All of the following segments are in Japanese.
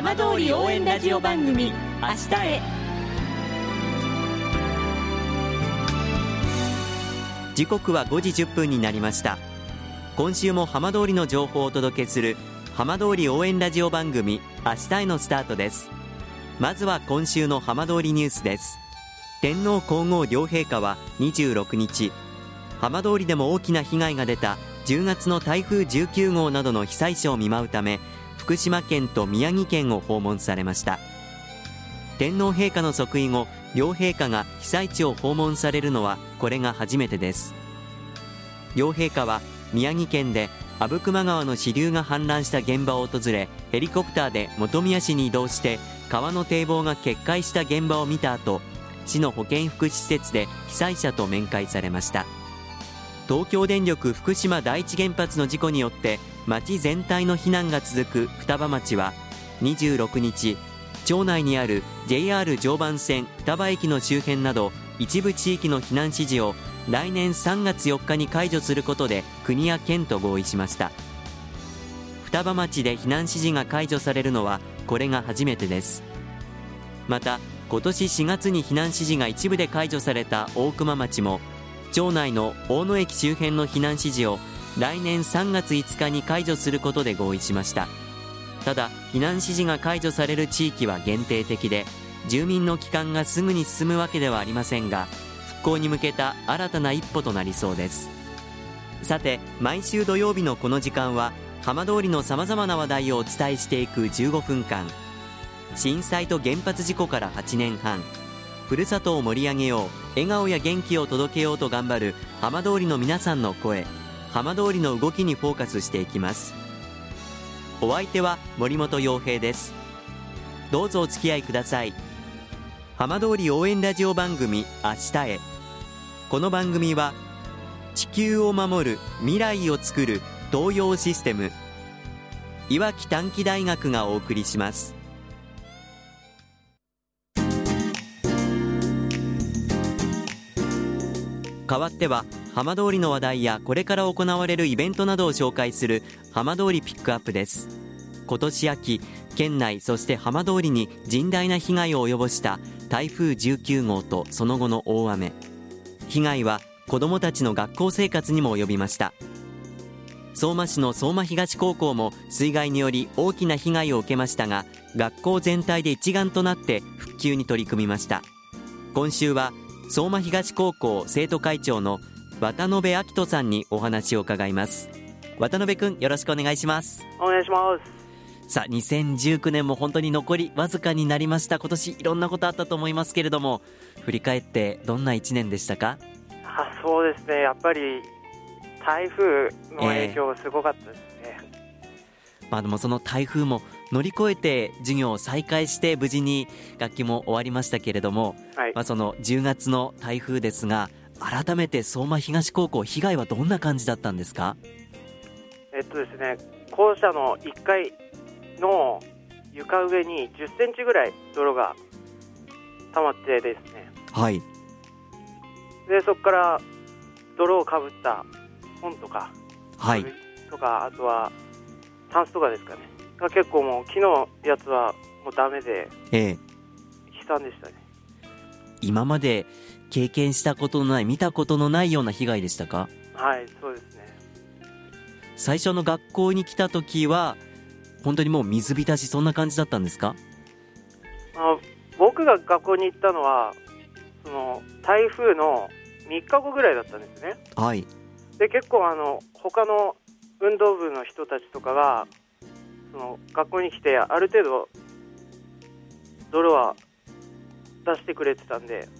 浜通り応援ラジオ番組明日へ。 時刻は5時10分になりました。今週も浜通りの情報をお届けする浜通り応援ラジオ番組明日へのスタートです。まずは今週の浜通りニュースです。天皇皇后両陛下は26日、浜通りでも大きな被害が出た10月の台風19号などの被災者を見舞うため、福島県と宮城県を訪問されました。天皇陛下の即位後、両陛下が被災地を訪問されるのはこれが初めてです。両陛下は宮城県で阿武隈川の支流が氾濫した現場を訪れ、ヘリコプターで本宮市に移動して川の堤防が決壊した現場を見た後、市の保健福祉施設で被災者と面会されました。東京電力福島第一原発の事故によって町全体の避難が続く双葉町は26日、町内にある JR 常磐線双葉駅の周辺など一部地域の避難指示を来年3月4日に解除することで国や県と合意しました。双葉町で避難指示が解除されるのはこれが初めてです。また今年4月に避難指示が一部で解除された大熊町も、町内の大野駅周辺の避難指示を来年3月5日に解除することで合意しました。ただ避難指示が解除される地域は限定的で、住民の帰還がすぐに進むわけではありませんが、復興に向けた新たな一歩となりそうです。さて、毎週土曜日のこの時間は浜通りのさまざまな話題をお伝えしていく15分間。震災と原発事故から8年半、ふるさとを盛り上げよう、笑顔や元気を届けようと頑張る浜通りの皆さんの声、浜通りの動きにフォーカスしていきます。お相手は森本洋平です。どうぞお付き合いください。浜通り応援ラジオ番組明日へ。この番組は地球を守る未来をつくる東洋システム、いわき短期大学がお送りします。代わっては浜通りの話題やこれから行われるイベントなどを紹介する浜通りピックアップです。今年秋、県内そして浜通りに甚大な被害を及ぼした台風19号とその後の大雨。被害は子どもたちの学校生活にも及びました。相馬市の相馬東高校も水害により大きな被害を受けましたが、学校全体で一丸となって復旧に取り組みました。今週は相馬東高校生徒会長の渡辺明人さんにお話を伺います。渡辺くん、よろしくお願いします。 お願いします。 さあ、2019年も本当に残りわずかになりました。今年いろんなことあったと思いますけれども、振り返ってどんな1年でしたか？ そうですね、やっぱり台風の影響がすごかったですね。 でもその台風も乗り越えて授業を再開して無事に学期も終わりましたけれども、その10月の台風ですが、改めて相馬東高校、被害はどんな感じだったんですか？ ですね、校舎の1階の床上に10センチぐらい泥が溜まってですね、でそこから泥をかぶった本とか、とか、あとはタンスとかですかね、が結構もう木のやつはもうダメで、悲惨でしたね。 今まで経験したことのない、見たことのないような被害でしたか？ はい、そうですね。 最初の学校に来た時は本当にもう水浸し、そんな感じだったんですか？ 僕が学校に行ったのはその台風の3日後ぐらいだったんですね。で結構他の運動部の人たちとかがその学校に来てある程度泥は出してくれてたんで、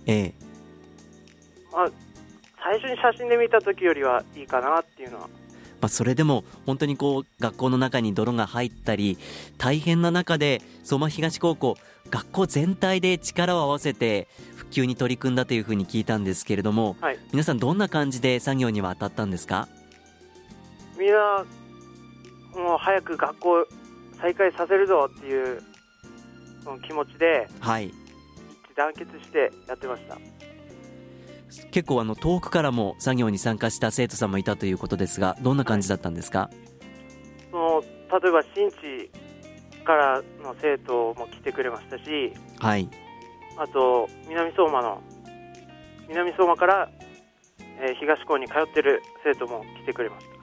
最初に写真で見た時よりはいいかなっていうのは。 それでも本当に学校の中に泥が入ったり大変な中で、相馬東高校学校全体で力を合わせて復旧に取り組んだというふうに聞いたんですけれども、皆さんどんな感じで作業には当たったんですか？ みんなもう早く学校再開させるぞっていうその気持ちで、一致団結してやってました。 結構遠くからも作業に参加した生徒さんもいたということですが、どんな感じだったんですか？ 例えば新地からの生徒も来てくれましたし、 はい、 あと南相馬から、東高に通ってる生徒も来てくれました。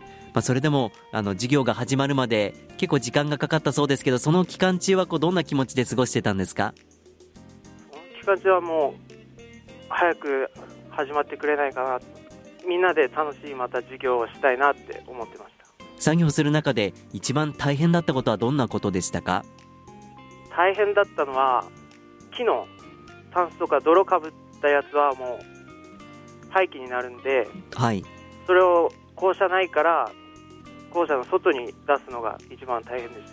それでも授業が始まるまで結構時間がかかったそうですけど、その期間中はどんな気持ちで過ごしてたんですか？ その期間中はもう早く始まってくれないかな、みんなで楽しいまた授業をしたいなって思ってました。 作業する中で一番大変だったことはどんなことでしたか？ 大変だったのは木のタンスとか泥かぶったやつはもう廃棄になるんで、 はい、それを校舎内から校舎の外に出すのが一番大変でした。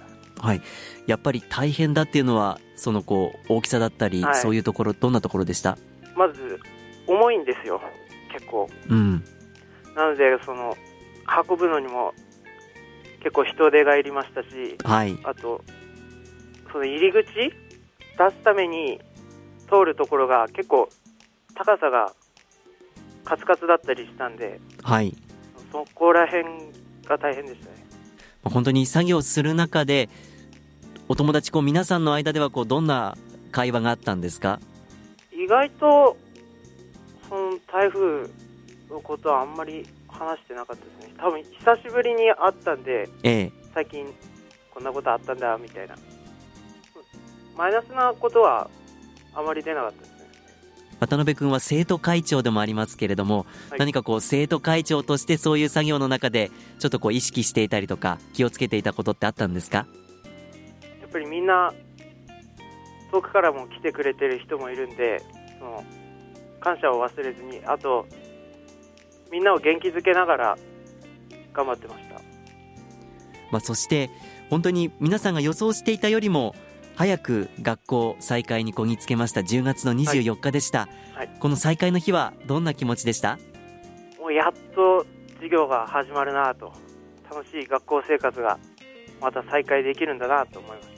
はい、やっぱり大変だっていうのはその大きさだったり、はい、そういうところどんなところでした？ まず重いんですよ、結構、なので運ぶのにも結構人手がいりましたし、 はい、 あとその入り口出すために通るところが結構高さがカツカツだったりしたんで、 はい、 そこら辺が大変でしたね。 本当に作業する中でお友達皆さんの間ではどんな会話があったんですか？ 意外とその台風のことはあんまり話してなかったですね。多分久しぶりに会ったんで、最近こんなことあったんだみたいなマイナスなことはあまり出なかったですね。 渡辺君は生徒会長でもありますけれども、はい、何か生徒会長としてそういう作業の中でちょっと意識していたりとか気をつけていたことってあったんですか？ やっぱりみんな遠くからも来てくれてる人もいるんで、その感謝を忘れずに、あとみんなを元気づけながら頑張ってました。 そして本当に皆さんが予想していたよりも早く学校再開にこぎつけました10月の24日でした、 はい、 この再開の日はどんな気持ちでした？ もうやっと授業が始まるなと、楽しい学校生活がまた再開できるんだなと思いました。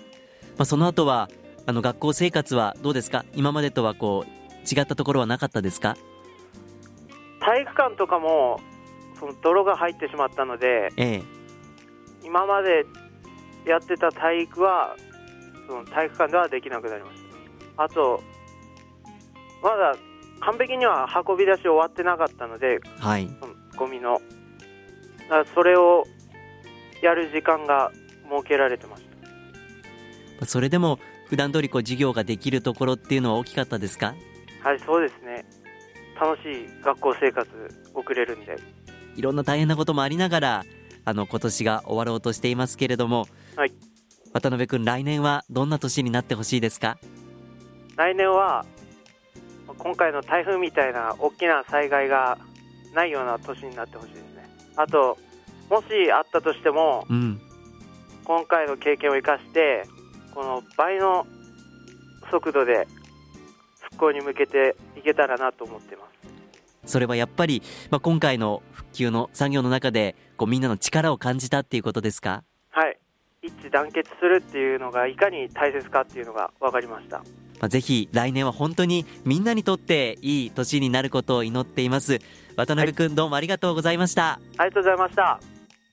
その後は学校生活はどうですか？今までとは違ったところはなかったですか？ 体育館とかもその泥が入ってしまったので、今までやってた体育はその体育館ではできなくなりました。あとまだ完璧には運び出し終わってなかったので、 はい、 ゴミのそれをやる時間が設けられてました。 それでも普段通り授業ができるところっていうのは大きかったですか？ はい、そうですね。楽しい学校生活送れるんで、 いろんな大変なこともありながら今年が終わろうとしていますけれども、 はい、 渡辺君、来年はどんな年になってほしいですか？ 来年は今回の台風みたいな大きな災害がないような年になってほしいですね。あともしあったとしても、今回の経験を生かしてこの倍の速度で復興に向けていけたらなと思っています。 それはやっぱり、今回の復旧の作業の中でみんなの力を感じたっていうことですか？ はい、一致団結するっていうのがいかに大切かっていうのが分かりました。 ぜひ来年は本当にみんなにとっていい年になることを祈っています。渡辺君、どうもありがとうございました。 ありがとうございました。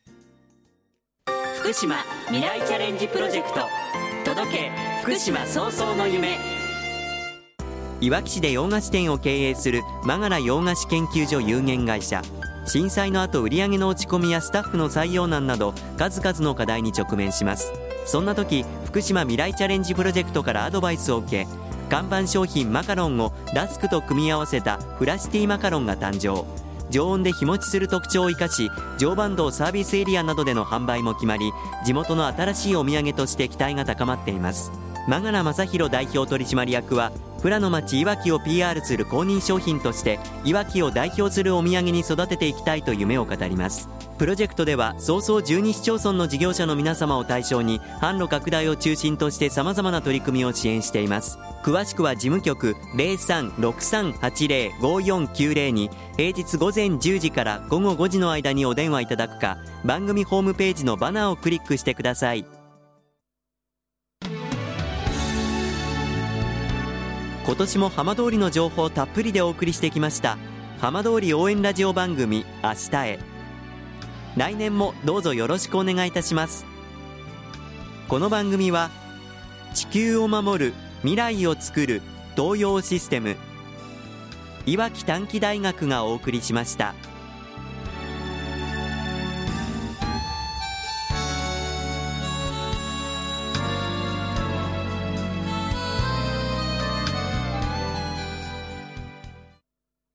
福島未来チャレンジプロジェクト、届け福島早々の夢。 いわき市で洋菓子店を経営するマガラ洋菓子研究所有限会社。震災の後、売上の落ち込みやスタッフの採用難など数々の課題に直面します。そんな時、福島未来チャレンジプロジェクトからアドバイスを受け、看板商品マカロンをラスクと組み合わせたフラシティマカロンが誕生。常温で日持ちする特徴を生かし、常磐道サービスエリアなどでの販売も決まり、地元の新しいお土産として期待が高まっています。マガラ正弘代表取締役は、富良野町いわきを PR する公認商品としていわきを代表するお土産に育てていきたいと夢を語ります。プロジェクトでは早々12市町村の事業者の皆様を対象に販路拡大を中心として様々な取り組みを支援しています。詳しくは事務局 03-6380-5490 に平日午前10時から午後5時の間にお電話いただくか、番組ホームページのバナーをクリックしてください。今年も浜通りの情報をたっぷりでお送りしてきました浜通り応援ラジオ番組明日へ。来年もどうぞよろしくお願いいたします。この番組は球を守る未来をつくる東洋システム。いわき短期大学がお送りしました。